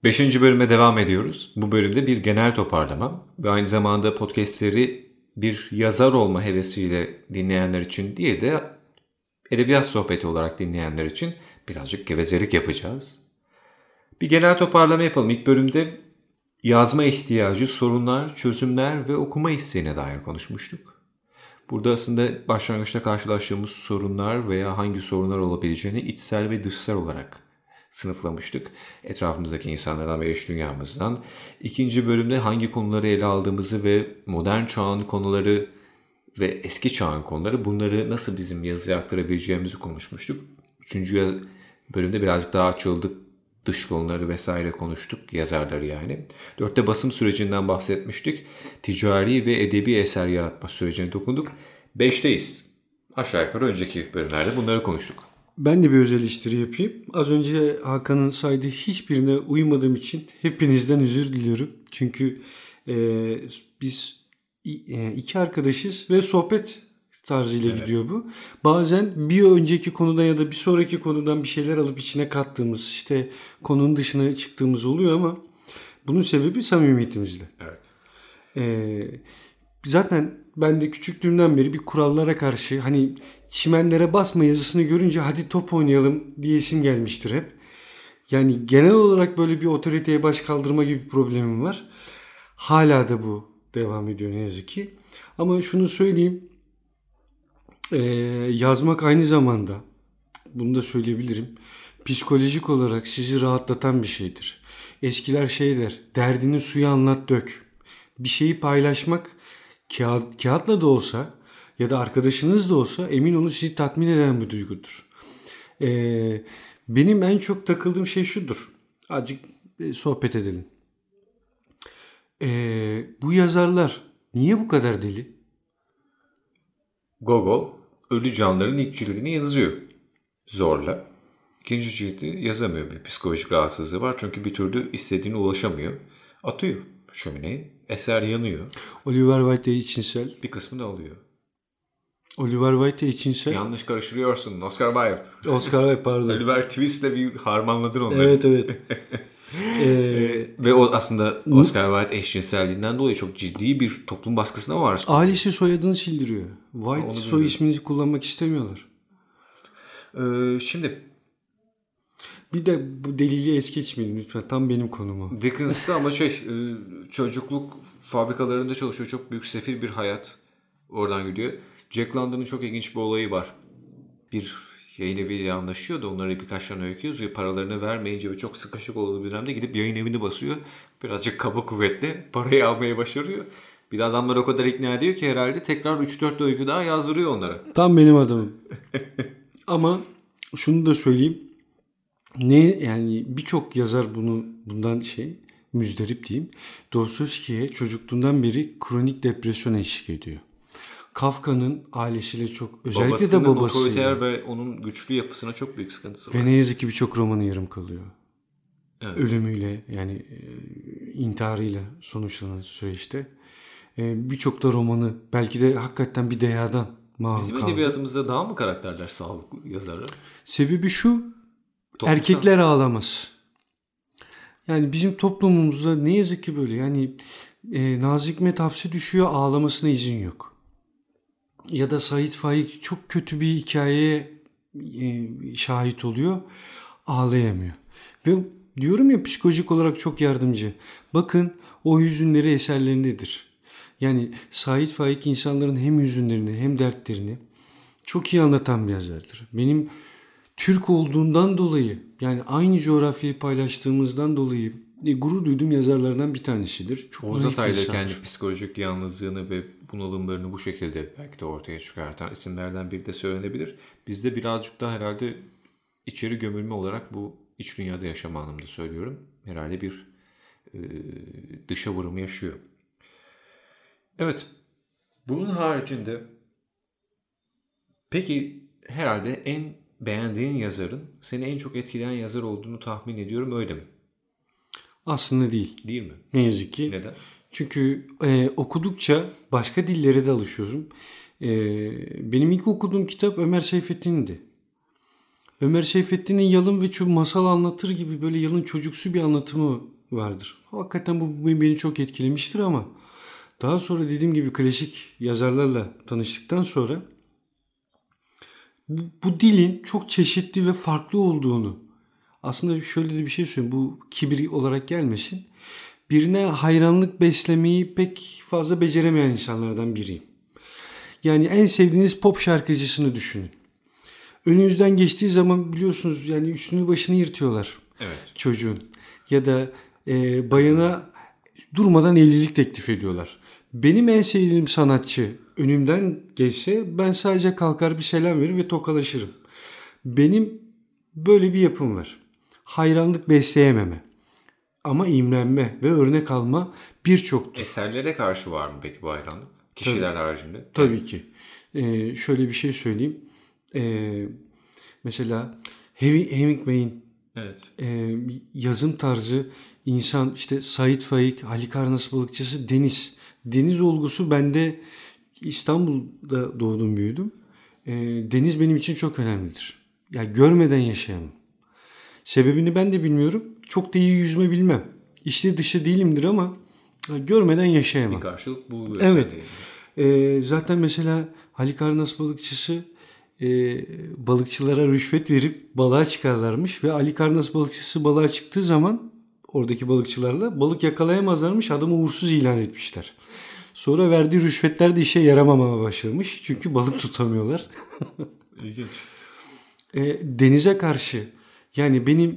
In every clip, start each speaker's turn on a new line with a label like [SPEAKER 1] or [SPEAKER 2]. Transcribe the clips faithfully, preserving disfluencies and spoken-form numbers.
[SPEAKER 1] Beşinci bölüme devam ediyoruz. Bu bölümde bir genel toparlama ve aynı zamanda podcastleri bir yazar olma hevesiyle dinleyenler için değil de edebiyat sohbeti olarak dinleyenler için birazcık gevezelik yapacağız. Bir genel toparlama yapalım. İlk bölümde yazma ihtiyacı, sorunlar, çözümler ve okuma isteğine dair konuşmuştuk. Burada aslında başlangıçta karşılaştığımız sorunlar veya hangi sorunlar olabileceğini içsel ve dışsal olarak sınıflamıştık. Etrafımızdaki insanlardan ve iç dünyamızdan. İkinci bölümde hangi konuları ele aldığımızı ve modern çağın konuları ve eski çağın konuları, bunları nasıl bizim yazıya aktarabileceğimizi konuşmuştuk. Üçüncü bölümde birazcık daha açıldık. Dış konuları vesaire konuştuk. Yazarları yani. Dörtte basım sürecinden bahsetmiştik. Ticari ve edebi eser yaratma sürecine dokunduk. Beşteyiz. Aşağı yukarı önceki bölümlerde bunları konuştuk.
[SPEAKER 2] Ben de bir öz eleştiri yapayım. Az önce Hakan'ın saydığı hiçbirine uymadığım için hepinizden özür diliyorum. Çünkü e, biz e, iki arkadaşız ve sohbet tarzıyla evet. gidiyor bu. Bazen bir önceki konudan ya da bir sonraki konudan bir şeyler alıp içine kattığımız, işte konunun dışına çıktığımız oluyor ama bunun sebebi samimiyetimizle.
[SPEAKER 1] Evet.
[SPEAKER 2] Ee, zaten ben de küçüklüğümden beri bir kurallara karşı, hani çimenlere basma yazısını görünce hadi top oynayalım diyesim gelmiştir hep. Yani genel olarak böyle bir otoriteye baş kaldırma gibi bir problemim var. Hala da bu devam ediyor ne yazık ki. Ama şunu söyleyeyim. Ee, yazmak aynı zamanda, bunu da söyleyebilirim, psikolojik olarak sizi rahatlatan bir şeydir. Eskiler şey der, derdini suya anlat dök. Bir şeyi paylaşmak kağıt, kağıtla da olsa ya da arkadaşınız da olsa emin olun sizi tatmin eden bir duygudur. Ee, benim en çok takıldığım şey şudur. Azıcık e, sohbet edelim. Ee, bu yazarlar niye bu kadar deli?
[SPEAKER 1] Gogol Ölü Canlar'ın ilk cildini yazıyor zorla. İkinci cildi yazamıyor. Bir psikolojik rahatsızlığı var. Çünkü bir türlü istediğine ulaşamıyor. Atıyor şömineyi. Eser yanıyor.
[SPEAKER 2] Oliver White de içinsel.
[SPEAKER 1] Bir kısmı da alıyor.
[SPEAKER 2] Oliver White de içinsel.
[SPEAKER 1] Yanlış karıştırıyorsun. Oscar Wilde.
[SPEAKER 2] Oscar Wilde pardon.
[SPEAKER 1] Oliver Twist'le bir harmanladın onları.
[SPEAKER 2] Evet evet. ee,
[SPEAKER 1] Ve o aslında Oscar Wilde eşcinselliğinden dolayı çok ciddi bir toplum baskısına var.
[SPEAKER 2] Ailesi soyadını sildiriyor. White Onu soy ismini kullanmak istemiyorlar.
[SPEAKER 1] Ee, şimdi
[SPEAKER 2] bir de bu deliliği es geçmeyelim lütfen. Tam benim konumu.
[SPEAKER 1] Dickens'ta ama şey çocukluk fabrikalarında çalışıyor. Çok büyük sefil bir hayat oradan gidiyor. Jack London'ın çok ilginç bir olayı var. Bir yayın eviyle anlaşıyor da onlara birkaç tane öykü yazıyor. Paralarını vermeyince ve çok sıkışık olduğu bir dönemde gidip yayın evini basıyor. Birazcık kaba kuvvetle parayı almaya başarıyor. Bir de adamlar o kadar ikna ediyor ki herhalde tekrar üç dört öykü daha yazdırıyor onlara.
[SPEAKER 2] Tam benim adamım. Ama şunu da söyleyeyim. Ne yani birçok yazar bunu bundan şey müzdarip diyeyim. Dostoyevski'ye çocukluğundan beri kronik depresyon eşlik ediyor. Kafka'nın ailesiyle çok özellikle babasının de babasıyla.
[SPEAKER 1] Otoriter ve onun güçlü yapısına çok büyük sıkıntısı var.
[SPEAKER 2] Ve ne yazık ki birçok romanı yarım kalıyor.
[SPEAKER 1] Evet.
[SPEAKER 2] Ölümüyle yani e, intiharıyla sonuçlanan süreçte. E, birçok da romanı belki de hakikaten bir deyadan mahrum
[SPEAKER 1] Bizim
[SPEAKER 2] kaldı.
[SPEAKER 1] Bizim edebiyatımızda daha mı karakterler sağlıklı yazarlar?
[SPEAKER 2] Sebebi şu.
[SPEAKER 1] Toplumsal.
[SPEAKER 2] Erkekler ağlamaz. Yani bizim toplumumuzda ne yazık ki böyle. Yani e, Nazım Hikmet hapse düşüyor, ağlamasına izin yok. Ya da Sait Faik çok kötü bir hikayeye e, şahit oluyor, ağlayamıyor. Ve diyorum ya psikolojik olarak çok yardımcı. Bakın o hüzünleri eserlerindedir. Yani Sait Faik insanların hem hüzünlerini hem dertlerini çok iyi anlatan bir yazardır. Benim Türk olduğundan dolayı yani aynı coğrafyayı paylaştığımızdan dolayı e, gurur duyduğum yazarlardan bir tanesidir. Çok
[SPEAKER 1] Oğuz Atay da kendi psikolojik yalnızlığını ve bunalımlarını bu şekilde belki de ortaya çıkartan isimlerden biri de söylenebilir. Bizde birazcık daha herhalde içeri gömülme olarak bu iç dünyada yaşama anlamında söylüyorum. Herhalde bir e, dışa vurumu yaşıyor. Evet. Bunun haricinde peki herhalde en beğendiğin yazarın seni en çok etkileyen yazar olduğunu tahmin ediyorum, öyle mi?
[SPEAKER 2] Aslında değil.
[SPEAKER 1] Değil mi?
[SPEAKER 2] Ne yazık ki.
[SPEAKER 1] Neden?
[SPEAKER 2] Çünkü e, okudukça başka dillere de alışıyorsun. E, benim ilk okuduğum kitap Ömer Seyfettin'di. Ömer Seyfettin'in yalın ve çok masal anlatır gibi böyle yalın çocuksu bir anlatımı vardır. Hakikaten bu beni çok etkilemiştir ama daha sonra dediğim gibi klasik yazarlarla tanıştıktan sonra bu, bu dilin çok çeşitli ve farklı olduğunu, aslında şöyle de bir şey söyleyeyim, bu kibir olarak gelmesin. Birine hayranlık beslemeyi pek fazla beceremeyen insanlardan biriyim. Yani en sevdiğiniz pop şarkıcısını düşünün. Önünüzden geçtiği zaman biliyorsunuz yani üstünü başını yırtıyorlar,
[SPEAKER 1] Evet.
[SPEAKER 2] çocuğun. Ya da e, bayana durmadan evlilik teklif ediyorlar. Benim en sevdiğim sanatçı önümden geçse ben sadece kalkar bir selam verir ve tokalaşırım. Benim böyle bir yapım var. Hayranlık besleyememe. Ama imrenme ve örnek alma birçoktur.
[SPEAKER 1] Eserlere karşı var mı peki bu hayranlık? Kişiler
[SPEAKER 2] Tabii.
[SPEAKER 1] haricinde.
[SPEAKER 2] Tabii ki. Ee, şöyle bir şey söyleyeyim. Ee, mesela Hemingway'in
[SPEAKER 1] Evet.
[SPEAKER 2] e, yazım tarzı, insan işte Sait Faik, Halikarnas balıkçısı, deniz. Deniz olgusu bende, İstanbul'da doğdum büyüdüm. Ee, deniz benim için çok önemlidir. Ya görmeden yaşayamam. Sebebini ben de bilmiyorum. Çok da iyi yüzme bilmem. İçli dışı değilimdir ama görmeden yaşayamam.
[SPEAKER 1] Bir karşılık buluyor.
[SPEAKER 2] Evet. Ee, zaten mesela Halikarnas balıkçısı e, balıkçılara rüşvet verip balığa çıkarlarmış ve Halikarnas balıkçısı balığa çıktığı zaman oradaki balıkçılarla balık yakalayamazlarmış, adamı uğursuz ilan etmişler. Sonra verdiği rüşvetler de işe yaramamaya başlamış çünkü balık tutamıyorlar.
[SPEAKER 1] İlginç.
[SPEAKER 2] E, denize karşı, yani benim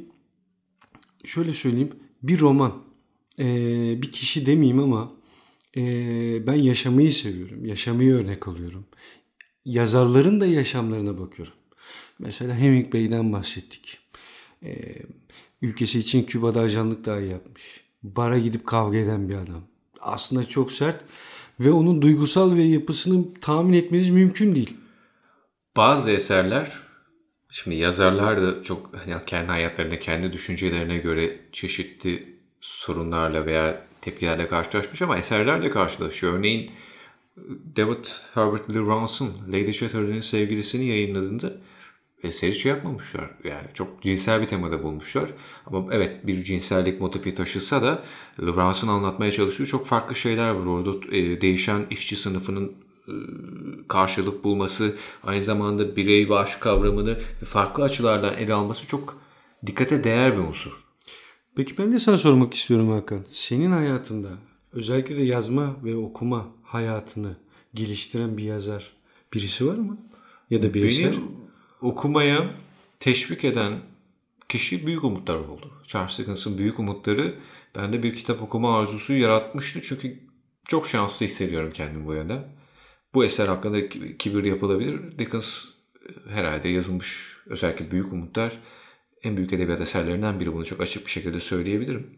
[SPEAKER 2] şöyle söyleyeyim, bir roman, e, bir kişi demeyeyim ama e, ben yaşamayı seviyorum. Yaşamayı örnek alıyorum. Yazarların da yaşamlarına bakıyorum. Mesela Hemingway'den bahsettik. E, ülkesi için Küba'da ajanlık dahi yapmış. Bara gidip kavga eden bir adam. Aslında çok sert ve onun duygusal ve yapısını tahmin etmeniz mümkün değil.
[SPEAKER 1] Bazı eserler, şimdi yazarlar da çok hani kendi hayatlarına, kendi düşüncelerine göre çeşitli sorunlarla veya tepkilerle karşılaşmış ama eserler de karşılaşıyor. Örneğin David Herbert Lee Ronson, Lady Chatterley'nin sevgilisini yayınladığında eseri şey yapmamışlar. Yani çok cinsel bir temada bulmuşlar. Ama evet, bir cinsellik motifi taşısa da Lee Ronson anlatmaya çalıştığı çok farklı şeyler var. Orada e, değişen işçi sınıfının e, karşılık bulması, aynı zamanda birey ve aşk kavramını farklı açılardan ele alması çok dikkate değer bir unsur.
[SPEAKER 2] Peki ben de sana sormak istiyorum Hakan. Senin hayatında özellikle de yazma ve okuma hayatını geliştiren bir yazar birisi var mı? Ya da bir
[SPEAKER 1] Beni
[SPEAKER 2] eser?
[SPEAKER 1] okumaya teşvik eden kişi Büyük Umutlar oldu. Charles Dickens'ın Büyük Umutları bende bir kitap okuma arzusu yaratmıştı. Çünkü çok şanslı hissediyorum kendimi bu yönden. Bu eser hakkında kibir yapılabilir. Dickens herhalde yazılmış, özellikle Büyük Umutlar en büyük edebiyat eserlerinden biri. Bunu çok açık bir şekilde söyleyebilirim.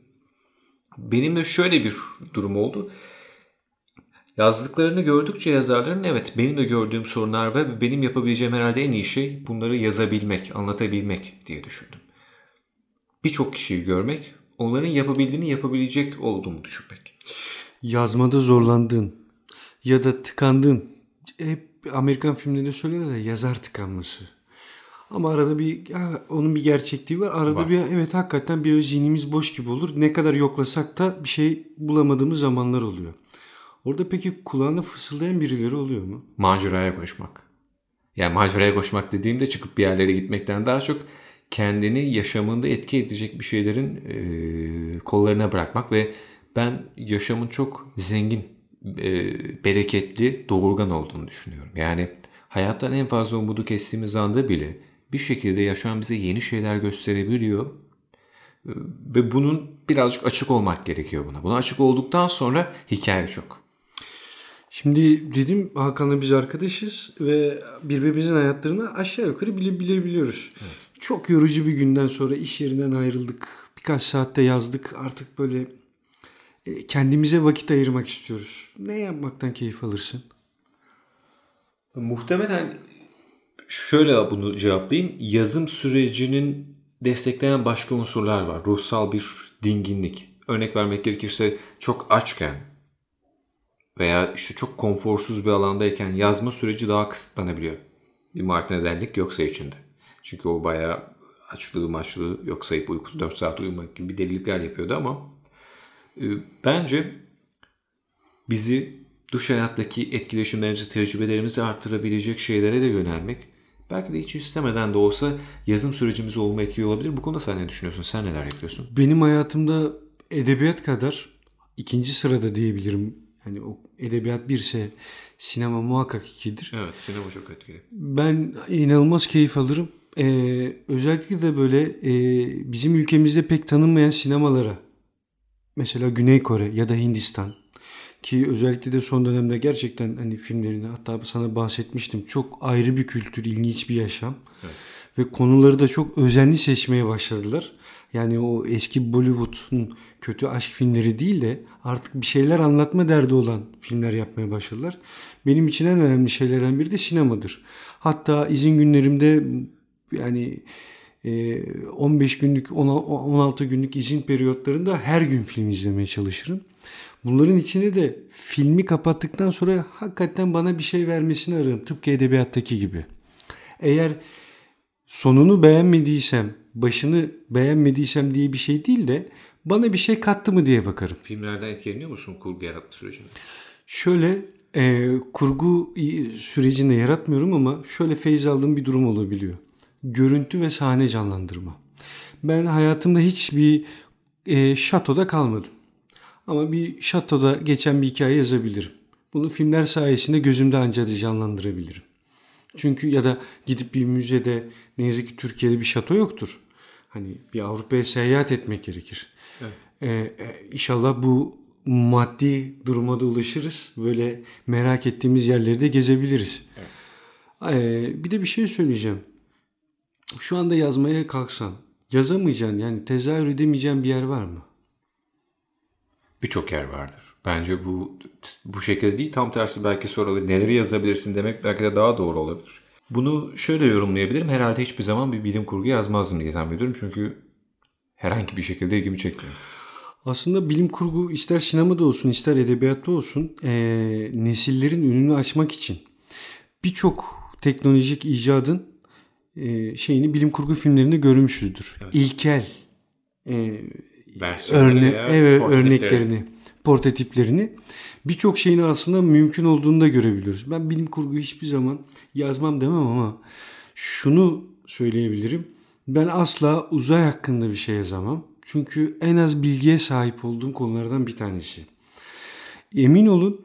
[SPEAKER 1] Benim de şöyle bir durum oldu. Yazdıklarını gördükçe yazarların, evet benim de gördüğüm sorunlar var ve benim yapabileceğim herhalde en iyi şey bunları yazabilmek, anlatabilmek diye düşündüm. Birçok kişiyi görmek, onların yapabildiğini yapabilecek olduğumu düşünmek.
[SPEAKER 2] Yazmada zorlandın ya da tıkandın. Hep Amerikan filmlerinde söylerler ya, yazar tıkanması. Ama arada bir ya, onun bir gerçekliği var. Arada
[SPEAKER 1] Var.
[SPEAKER 2] bir evet hakikaten bir zihnimiz boş gibi olur. Ne kadar yoklasak da bir şey bulamadığımız zamanlar oluyor. Orada peki kulağına fısıldayan birileri oluyor mu?
[SPEAKER 1] Maceraya koşmak. Yani maceraya koşmak dediğimde çıkıp bir yerlere gitmekten daha çok kendini yaşamında etki edecek bir şeylerin e, kollarına bırakmak ve ben yaşamın çok zengin, e, bereketli, doğurgan olduğunu düşünüyorum. Yani hayattan en fazla umudu kestiğimiz anda bile bir şekilde yaşam bize yeni şeyler gösterebiliyor. E, ve bunun birazcık açık olmak gerekiyor buna. Buna açık olduktan sonra hikaye çok.
[SPEAKER 2] Şimdi dedim Hakan'la biz arkadaşız ve birbirimizin hayatlarını aşağı yukarı bile bilebiliyoruz. Evet. Çok yorucu bir günden sonra iş yerinden ayrıldık. Birkaç saatte yazdık. Artık böyle kendimize vakit ayırmak istiyoruz. Ne yapmaktan keyif alırsın?
[SPEAKER 1] Muhtemelen şöyle bunu cevaplayayım. Yazım sürecinin destekleyen başka unsurlar var. Ruhsal bir dinginlik. Örnek vermek gerekirse çok açken veya işte çok konforsuz bir alandayken yazma süreci daha kısıtlanabiliyor. Bir marka nedenlik yoksa içinde. Çünkü o bayağı açlığı maçlığı yok sayıp uykusu dört saat uyumak gibi bir delilikler yapıyordu ama Ee, Bence bizi dış hayattaki etkileşimlerimizi, tecrübelerimizi artırabilecek şeylere de yönelmek, belki de hiç istemeden de olsa yazım sürecimize olma etkili olabilir. Bu konuda sen ne düşünüyorsun? Sen neler yapıyorsun?
[SPEAKER 2] Benim hayatımda edebiyat kadar ikinci sırada diyebilirim. Yani o edebiyat birse sinema muhakkak ikidir.
[SPEAKER 1] Evet, sinema çok etkili.
[SPEAKER 2] Ben inanılmaz keyif alırım. Ee, özellikle de böyle e, bizim ülkemizde pek tanınmayan sinemalara. Mesela Güney Kore ya da Hindistan. Ki özellikle de son dönemde gerçekten hani filmlerini, hatta sana bahsetmiştim. Çok ayrı bir kültür, ilginç bir yaşam.
[SPEAKER 1] Evet.
[SPEAKER 2] Ve konuları da çok özenli seçmeye başladılar. Yani o eski Bollywood'un kötü aşk filmleri değil de artık bir şeyler anlatma derdi olan filmler yapmaya başladılar. Benim için en önemli şeylerden biri de sinemadır. Hatta izin günlerimde yani on beş günlük, on altı günlük izin periyotlarında her gün film izlemeye çalışırım. Bunların içinde de filmi kapattıktan sonra hakikaten bana bir şey vermesini ararım. Tıpkı edebiyattaki gibi. Eğer sonunu beğenmediysem, başını beğenmediysem diye bir şey değil de bana bir şey kattı mı diye bakarım.
[SPEAKER 1] Filmlerden etkileniyor musun kurgu yaratma sürecinde?
[SPEAKER 2] Şöyle e, kurgu sürecinde yaratmıyorum ama şöyle feyz aldığım bir durum olabiliyor. Görüntü ve sahne canlandırma. Ben hayatımda hiç bir e, şatoda kalmadım. Ama bir şatoda geçen bir hikaye yazabilirim. Bunu filmler sayesinde gözümde anca canlandırabilirim. Çünkü ya da gidip bir müzede, ne yazık ki Türkiye'de bir şato yoktur. Hani bir Avrupa'ya seyahat etmek gerekir. Evet. Ee, inşallah bu maddi duruma da ulaşırız. Böyle merak ettiğimiz yerleri de gezebiliriz. Evet. Ee, bir de bir şey söyleyeceğim. Şu anda yazmaya kalksan yazamayacağın, yani tezahür edemeyeceğin bir yer var mı?
[SPEAKER 1] Birçok yer vardır. Bence bu bu şekilde değil, tam tersi belki sorulur. Neleri yazabilirsin demek belki de daha doğru olabilir. Bunu şöyle yorumlayabilirim. Herhalde hiçbir zaman bir bilim kurgu yazmazdım diye tahmin ediyorum. Çünkü herhangi bir şekilde ilgimi çekmiyor.
[SPEAKER 2] Aslında bilim kurgu ister sinemada olsun ister edebiyatta olsun e, nesillerin önünü açmak için birçok teknolojik icadın e, şeyini bilim kurgu filmlerinde görmüşüzdür. Evet. İlkel e, örne evet, örneklerini, portatiplerini, birçok şeyin aslında mümkün olduğunu da görebiliyoruz. Ben bilim kurgu hiçbir zaman yazmam demem ama şunu söyleyebilirim. Ben asla uzay hakkında bir şey yazamam. Çünkü en az bilgiye sahip olduğum konulardan bir tanesi. Emin olun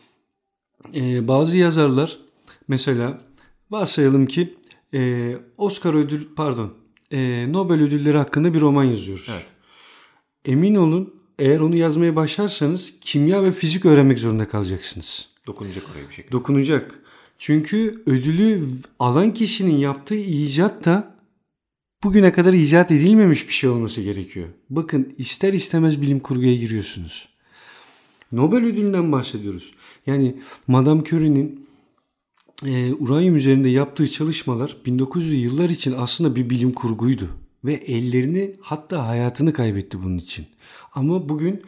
[SPEAKER 2] e, bazı yazarlar mesela varsayalım ki e, Oscar ödül pardon e, Nobel ödülleri hakkında bir roman yazıyoruz. Evet. Emin olun eğer onu yazmaya başlarsanız kimya ve fizik öğrenmek zorunda kalacaksınız.
[SPEAKER 1] Dokunacak oraya bir şekilde.
[SPEAKER 2] Dokunacak. Çünkü ödülü alan kişinin yaptığı icat da bugüne kadar icat edilmemiş bir şey olması gerekiyor. Bakın ister istemez bilim kurguya giriyorsunuz. Nobel ödülünden bahsediyoruz. Yani Madame Curie'nin e, uranyum üzerinde yaptığı çalışmalar bin dokuz yüzlü yıllar için aslında bir bilim kurguydu. Ve ellerini, hatta hayatını kaybetti bunun için. Ama bugün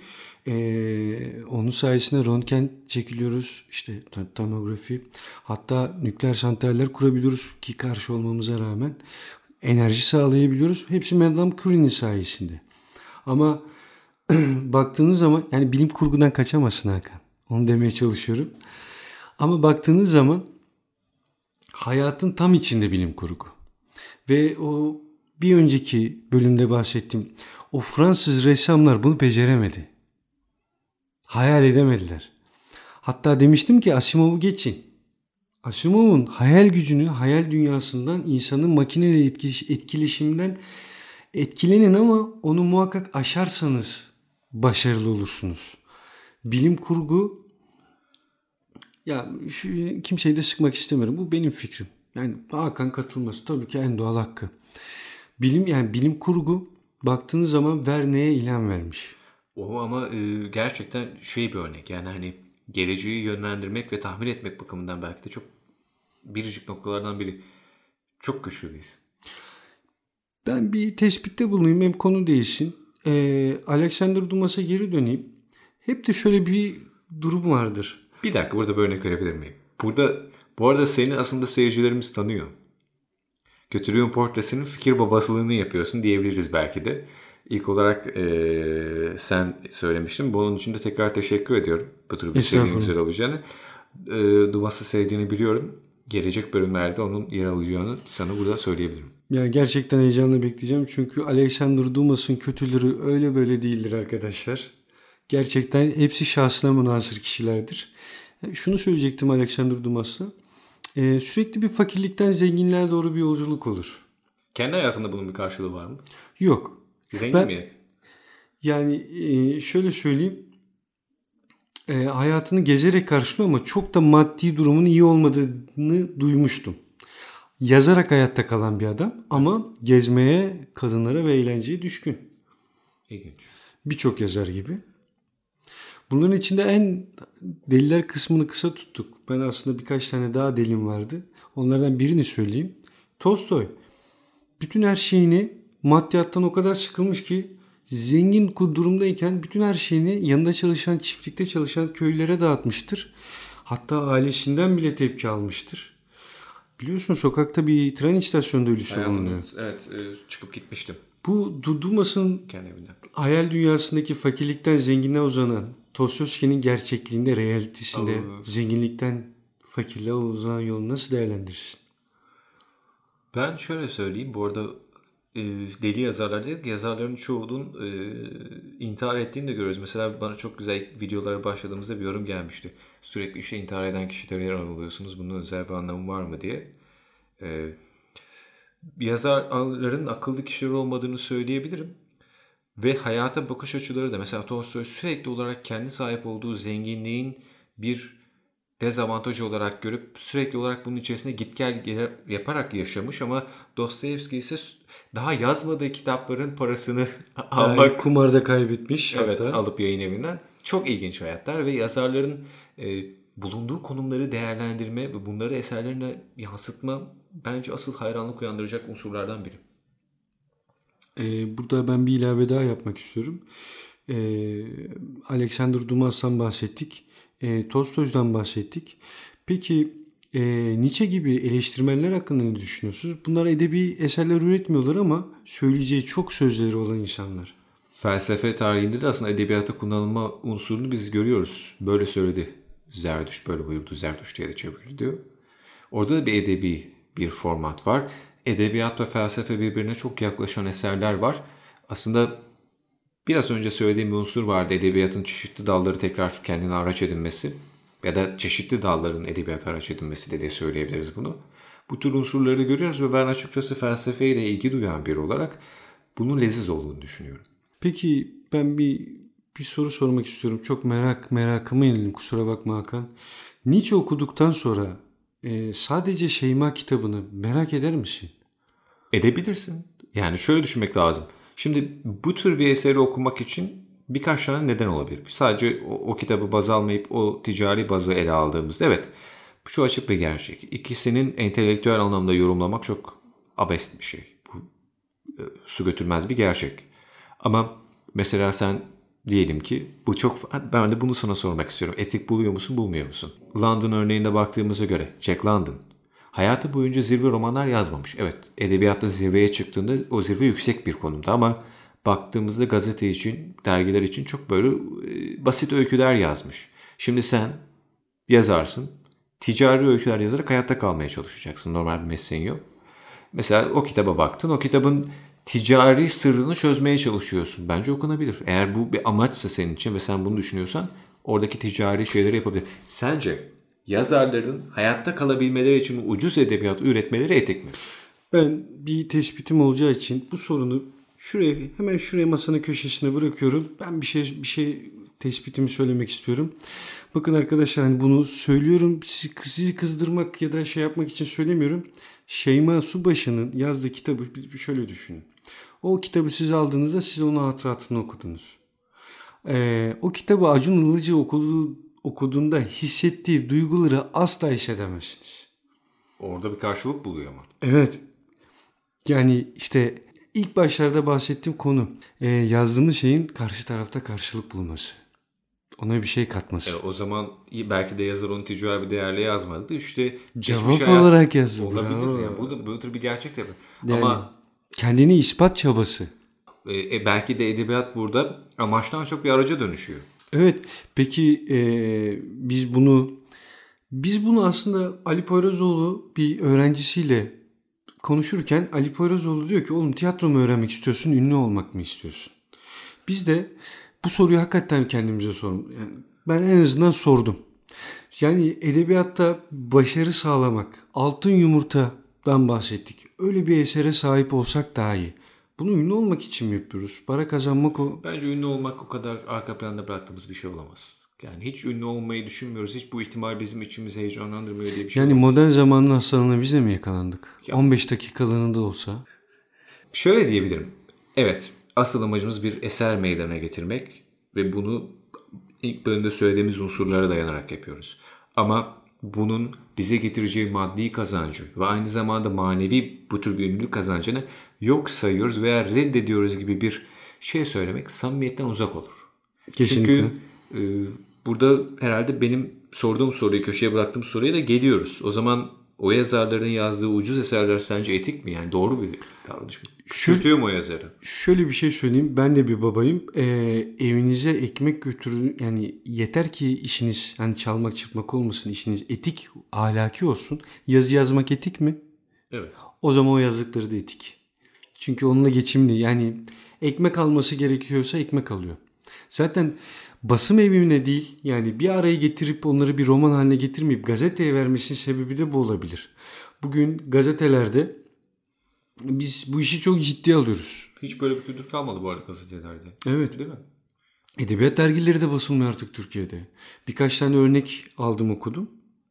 [SPEAKER 2] e, onun sayesinde röntgen çekiliyoruz. İşte tomografi, hatta nükleer santraller kurabiliyoruz ki karşı olmamıza rağmen enerji sağlayabiliyoruz. Hepsi Madame Curie'nin sayesinde. Ama baktığınız zaman yani bilim kurgudan kaçamazsın Hakan. Onu demeye çalışıyorum. Ama baktığınız zaman hayatın tam içinde bilim kurgu. Ve o bir önceki bölümde bahsettim. O Fransız ressamlar bunu beceremedi. Hayal edemediler. Hatta demiştim ki Asimov'u geçin. Asimov'un hayal gücünü, hayal dünyasından, insanın makineyle etkileşiminden etkilenin ama onu muhakkak aşarsanız başarılı olursunuz. Bilim kurgu, ya şu, kimseyi de sıkmak istemiyorum. Bu benim fikrim. Yani Hakan katılması tabii ki en doğal hakkı. Bilim yani bilim kurgu baktığınız zaman Verne'ye ilham vermiş.
[SPEAKER 1] O ama e, gerçekten şey bir örnek. Yani hani geleceği yönlendirmek ve tahmin etmek bakımından belki de çok biricik noktalardan biri. Çok güçlüyüz.
[SPEAKER 2] Ben bir tespitte bulunayım, hem konu değişsin. Ee, Alexander Dumas'a geri döneyim. Hep de şöyle bir durum vardır.
[SPEAKER 1] Bir dakika, burada bir örnek verebilir miyim? Burada bu arada seni aslında seyircilerimiz tanıyor. Götürüyorum portresinin fikir babasılığını yapıyorsun diyebiliriz belki de. İlk olarak e, sen söylemiştin. Bunun için de tekrar teşekkür ediyorum. Bu tür bir serinin güzel olacağını. E, Dumas'ı sevdiğini biliyorum. Gelecek bölümlerde onun yer alacağını sana burada söyleyebilirim.
[SPEAKER 2] Yani gerçekten heyecanla bekleyeceğim. Çünkü Alexander Dumas'ın kötüleri öyle böyle değildir arkadaşlar. Gerçekten hepsi şahsına münhasır kişilerdir. Şunu söyleyecektim Alexander Dumas'la. Ee, sürekli bir fakirlikten zenginliğe doğru bir yolculuk olur.
[SPEAKER 1] Kendi hayatında bunun bir karşılığı var mı?
[SPEAKER 2] Yok.
[SPEAKER 1] Zengin
[SPEAKER 2] ben,
[SPEAKER 1] mi?
[SPEAKER 2] Yani e, şöyle söyleyeyim. E, hayatını gezerek karşılıyor ama çok da maddi durumun iyi olmadığını duymuştum. Yazarak hayatta kalan bir adam ama gezmeye, kadınlara ve eğlenceye düşkün.
[SPEAKER 1] İlginç.
[SPEAKER 2] Birçok yazar gibi. Bunların içinde en deliler kısmını kısa tuttuk. Ben aslında birkaç tane daha delim vardı. Onlardan birini söyleyeyim. Tolstoy. Bütün her şeyini maddiyattan o kadar sıkılmış ki zengin durumdayken bütün her şeyini yanında çalışan, çiftlikte çalışan köylülere dağıtmıştır. Hatta ailesinden bile tepki almıştır. Biliyorsun sokakta bir tren istasyonunda ölüsü bulunuyor.
[SPEAKER 1] Evet, çıkıp gitmiştim.
[SPEAKER 2] Bu Dumas'ın hayal dünyasındaki fakirlikten zenginliğe uzanan, Dostoyevski'nin gerçekliğinde, realitesinde Anladım. zenginlikten fakirliğe uzanan yolu nasıl değerlendirirsin?
[SPEAKER 1] Ben şöyle söyleyeyim. Bu arada e, deli yazarlar değil, yazarların çoğunun e, intihar ettiğini de görüyoruz. Mesela bana çok güzel videolara başladığımızda bir yorum gelmişti. Sürekli işte intihar eden kişileri yer alıyorsunuz. Bunun özel bir anlamı var mı diye. E, yazarların akıllı kişiler olmadığını söyleyebilirim. Ve hayata bakış açıları da mesela Tolstoy sürekli olarak kendi sahip olduğu zenginliğin bir dezavantajı olarak görüp sürekli olarak bunun içerisinde git gel yaparak yaşamış ama Dostoyevski ise daha yazmadığı kitapların parasını almak,
[SPEAKER 2] yani kumarda kaybetmiş.
[SPEAKER 1] Evet,
[SPEAKER 2] hatta.
[SPEAKER 1] alıp yayın evinden. Çok ilginç hayatlar ve yazarların e, bulunduğu konumları değerlendirme ve bunları eserlerine yansıtma bence asıl hayranlık uyandıracak unsurlardan biri.
[SPEAKER 2] Ee, burada ben bir ilave daha yapmak istiyorum. Ee, Alexander Dumas'tan bahsettik. E, Tolstoy'dan bahsettik. Peki e, Nietzsche gibi eleştirmenler hakkında ne düşünüyorsunuz? Bunlar edebi eserler üretmiyorlar ama söyleyeceği çok sözleri olan insanlar.
[SPEAKER 1] Felsefe tarihinde de aslında edebiyata kullanılma unsurunu biz görüyoruz. Böyle söyledi Zerdüşt, böyle buyurdu Zerdüşt diye de çevriliyor. Orada da bir edebi bir format var. Edebiyat ve felsefe birbirine çok yaklaşan eserler var. Aslında biraz önce söylediğim bir unsur vardı. Edebiyatın çeşitli dalları tekrar kendine araç edinmesi ya da çeşitli dalların edebiyat araç edinmesi de diye söyleyebiliriz bunu. Bu tür unsurları görüyoruz ve ben açıkçası felsefeyle ilgi duyan biri olarak bunun leziz olduğunu düşünüyorum.
[SPEAKER 2] Peki ben bir bir soru sormak istiyorum. Çok merak merakıma yenildim, kusura bakma Hakan. Nietzsche okuduktan sonra e, sadece Şeyma kitabını merak eder misin?
[SPEAKER 1] Edebilirsin. Yani şöyle düşünmek lazım. Şimdi bu tür bir eseri okumak için birkaç tane neden olabilir. Sadece o, o kitabı baz almayıp o ticari bazı ele aldığımızda evet şu açık bir gerçek. İkisinin entelektüel anlamda yorumlamak çok abest bir şey. Bu e, su götürmez bir gerçek. Ama mesela sen diyelim ki bu çok ben de bunu sana sormak istiyorum. Etik buluyor musun, bulmuyor musun? London örneğinde baktığımıza göre Jack London hayatı boyunca zirve romanlar yazmamış. Evet, edebiyatta zirveye çıktığında o zirve yüksek bir konumda ama baktığımızda gazete için, dergiler için çok böyle e, basit öyküler yazmış. Şimdi sen yazarsın, ticari öyküler yazarak hayatta kalmaya çalışacaksın. Normal bir mesleğin yok. Mesela o kitaba baktın, o kitabın ticari sırrını çözmeye çalışıyorsun. Bence okunabilir. Eğer bu bir amaçsa senin için ve sen bunu düşünüyorsan oradaki ticari şeyleri yapabilir. Sence yazarların hayatta kalabilmeleri için ucuz edebiyat üretmeleri etik mi?
[SPEAKER 2] Ben bir tespitim olacağı için bu sorunu şuraya hemen şuraya masanın köşesine bırakıyorum. Ben bir şey bir şey tespitimi söylemek istiyorum. Bakın arkadaşlar hani bunu söylüyorum sizi, sizi kızdırmak ya da şey yapmak için söylemiyorum. Şeyma Subaşı'nın yazdığı kitabı şöyle düşünün. O kitabı siz aldığınızda siz onun hatıratını okudunuz. Ee, o kitabı Acun Ilıcı okuduğu, okuduğunda hissettiği duyguları asla hissedemezsiniz.
[SPEAKER 1] Orada bir karşılık buluyor ama.
[SPEAKER 2] Evet. Yani işte ilk başlarda bahsettiğim konu e, yazdığımız şeyin karşı tarafta karşılık bulması. Ona bir şey katması.
[SPEAKER 1] E, o zaman belki de yazar onu ticari bir değerle yazmadı. İşte
[SPEAKER 2] cevap olarak yazdı.
[SPEAKER 1] Olabilir. Yani bu da bu tür bir gerçek tabii.
[SPEAKER 2] Yani
[SPEAKER 1] ama
[SPEAKER 2] kendini ispat çabası.
[SPEAKER 1] e, belki de edebiyat burada amaçtan çok bir araca dönüşüyor.
[SPEAKER 2] Evet. Peki e, biz bunu biz bunu aslında Ali Poyrazoğlu bir öğrencisiyle konuşurken Ali Poyrazoğlu diyor ki oğlum tiyatro mu öğrenmek istiyorsun, ünlü olmak mı istiyorsun? Biz de bu soruyu hakikaten kendimize sordum. Yani ben en azından sordum. Yani edebiyatta başarı sağlamak, altın yumurtadan bahsettik. Öyle bir esere sahip olsak daha iyi. Bunu ünlü olmak için mi yapıyoruz? Para kazanmak o...
[SPEAKER 1] Bence ünlü olmak o kadar arka planda bıraktığımız bir şey olamaz. Yani hiç ünlü olmayı düşünmüyoruz. Hiç bu ihtimal bizim içimizi heyecanlandırmıyor diye bir şey
[SPEAKER 2] Yani
[SPEAKER 1] olamaz.
[SPEAKER 2] modern zamanın hastalığına biz de mi yakalandık?
[SPEAKER 1] Ya.
[SPEAKER 2] on beş dakikalığında olsa.
[SPEAKER 1] Şöyle diyebilirim. Evet, asıl amacımız bir eser meydana getirmek ve bunu ilk bölümde söylediğimiz unsurlara dayanarak yapıyoruz. Ama bunun bize getireceği maddi kazancı ve aynı zamanda manevi bu tür bir ünlülük kazancını yok sayıyoruz veya reddediyoruz gibi bir şey söylemek samimiyetten uzak olur.
[SPEAKER 2] Kesinlikle.
[SPEAKER 1] Çünkü e, burada herhalde benim sorduğum soruyu, köşeye bıraktığım soruya da geliyoruz. O zaman o yazarların yazdığı ucuz eserler sence etik mi? Yani doğru bir davranış mı? Küçültüyor mu o yazarı?
[SPEAKER 2] Şöyle bir şey söyleyeyim. Ben de bir babayım. Ee, evinize ekmek götürün. Yani yeter ki işiniz hani çalmak çırpmak olmasın. İşiniz etik, ahlaki olsun. Yazı yazmak etik mi?
[SPEAKER 1] Evet.
[SPEAKER 2] O zaman o yazdıkları da etik. Çünkü onunla geçimli. Yani ekmek alması gerekiyorsa ekmek alıyor. Zaten basım evine değil yani bir araya getirip onları bir roman haline getirmeyip gazeteye vermesinin sebebi de bu olabilir. Bugün gazetelerde biz bu işi çok ciddiye alıyoruz.
[SPEAKER 1] Hiç böyle bir kültür kalmadı bu arada gazetelerde.
[SPEAKER 2] Evet.
[SPEAKER 1] Değil mi?
[SPEAKER 2] Edebiyat dergileri de basılmıyor artık Türkiye'de. Birkaç tane örnek aldım okudum.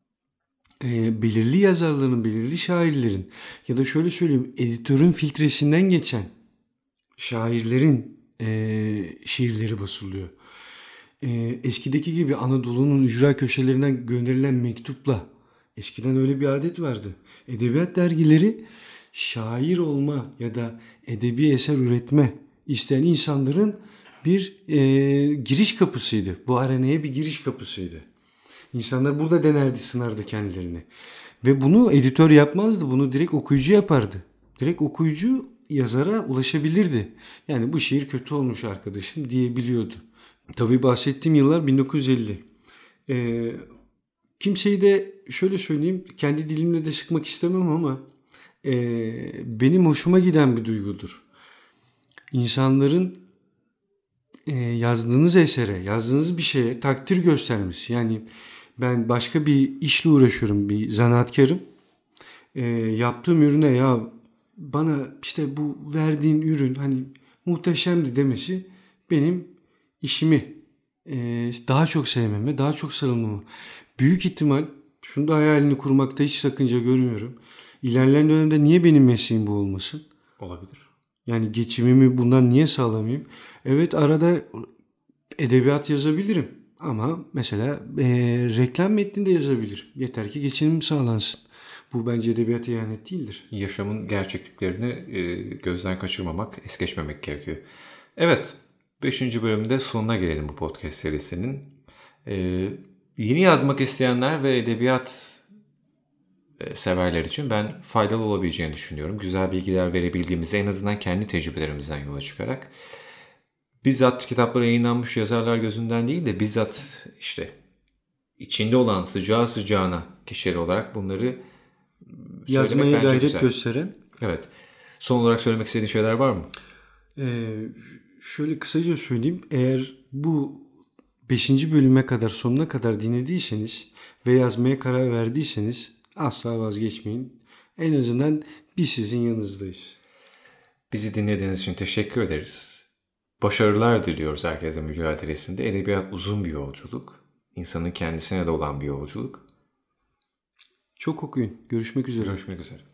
[SPEAKER 2] E, belirli yazarların, belirli şairlerin ya da şöyle söyleyeyim editörün filtresinden geçen şairlerin e, şiirleri basılıyor. E, eskideki gibi Anadolu'nun ücra köşelerinden gönderilen mektupla eskiden öyle bir adet vardı. Edebiyat dergileri şair olma ya da edebi eser üretme isteyen insanların bir e, giriş kapısıydı. Bu arenaya bir giriş kapısıydı. İnsanlar burada denerdi, sınardı kendilerini. Ve bunu editör yapmazdı. Bunu direkt okuyucu yapardı. Direkt okuyucu yazara ulaşabilirdi. Yani bu şiir kötü olmuş arkadaşım diyebiliyordu. Tabii bahsettiğim yıllar bin dokuz yüz elli. Ee, kimseyi de şöyle söyleyeyim, kendi dilimle de sıkmak istemem ama e, benim hoşuma giden bir duygudur. İnsanların e, yazdığınız esere, yazdığınız bir şeye takdir göstermesi. Yani ben başka bir işle uğraşıyorum, bir zanaatkarım. E, yaptığım ürüne ya bana işte bu verdiğin ürün hani muhteşemdi demesi benim işimi e, daha çok sevmeme, daha çok sarılmama. Büyük ihtimal şunu da hayalini kurmakta hiç sakınca görmüyorum. İlerleyen dönemde niye benim mesleğim bu olmasın?
[SPEAKER 1] Olabilir.
[SPEAKER 2] Yani geçimimi bundan niye sağlamayayım? Evet arada edebiyat yazabilirim. Ama mesela e, reklam metninde yazabilirim. Yeter ki geçimim sağlansın. Bu bence edebiyata ihanet değildir.
[SPEAKER 1] Yaşamın gerçekliklerini e, gözden kaçırmamak, es geçmemek gerekiyor. Evet, beşinci bölümde sonuna gelelim bu podcast serisinin. E, yeni yazmak isteyenler ve edebiyat e, severler için ben faydalı olabileceğini düşünüyorum. Güzel bilgiler verebildiğimizi en azından kendi tecrübelerimizden yola çıkarak. Bizzat kitaplara yayınlanmış yazarlar gözünden değil de bizzat işte içinde olan sıcağı sıcağına kişiler olarak bunları
[SPEAKER 2] yazmaya gayret
[SPEAKER 1] güzel.
[SPEAKER 2] gösteren.
[SPEAKER 1] Evet. Son olarak söylemek istediğin şeyler var mı?
[SPEAKER 2] Ee, şöyle kısaca söyleyeyim. Eğer bu beşinci bölüme kadar sonuna kadar dinlediyseniz ve yazmaya karar verdiyseniz asla vazgeçmeyin. En azından biz sizin yanınızdayız.
[SPEAKER 1] Bizi dinlediğiniz için teşekkür ederiz. Başarılar diliyoruz herkese mücadelesinde. Edebiyat uzun bir yolculuk. İnsanın kendisine de olan bir yolculuk.
[SPEAKER 2] Çok okuyun. Görüşmek üzere.
[SPEAKER 1] Görüşmek üzere.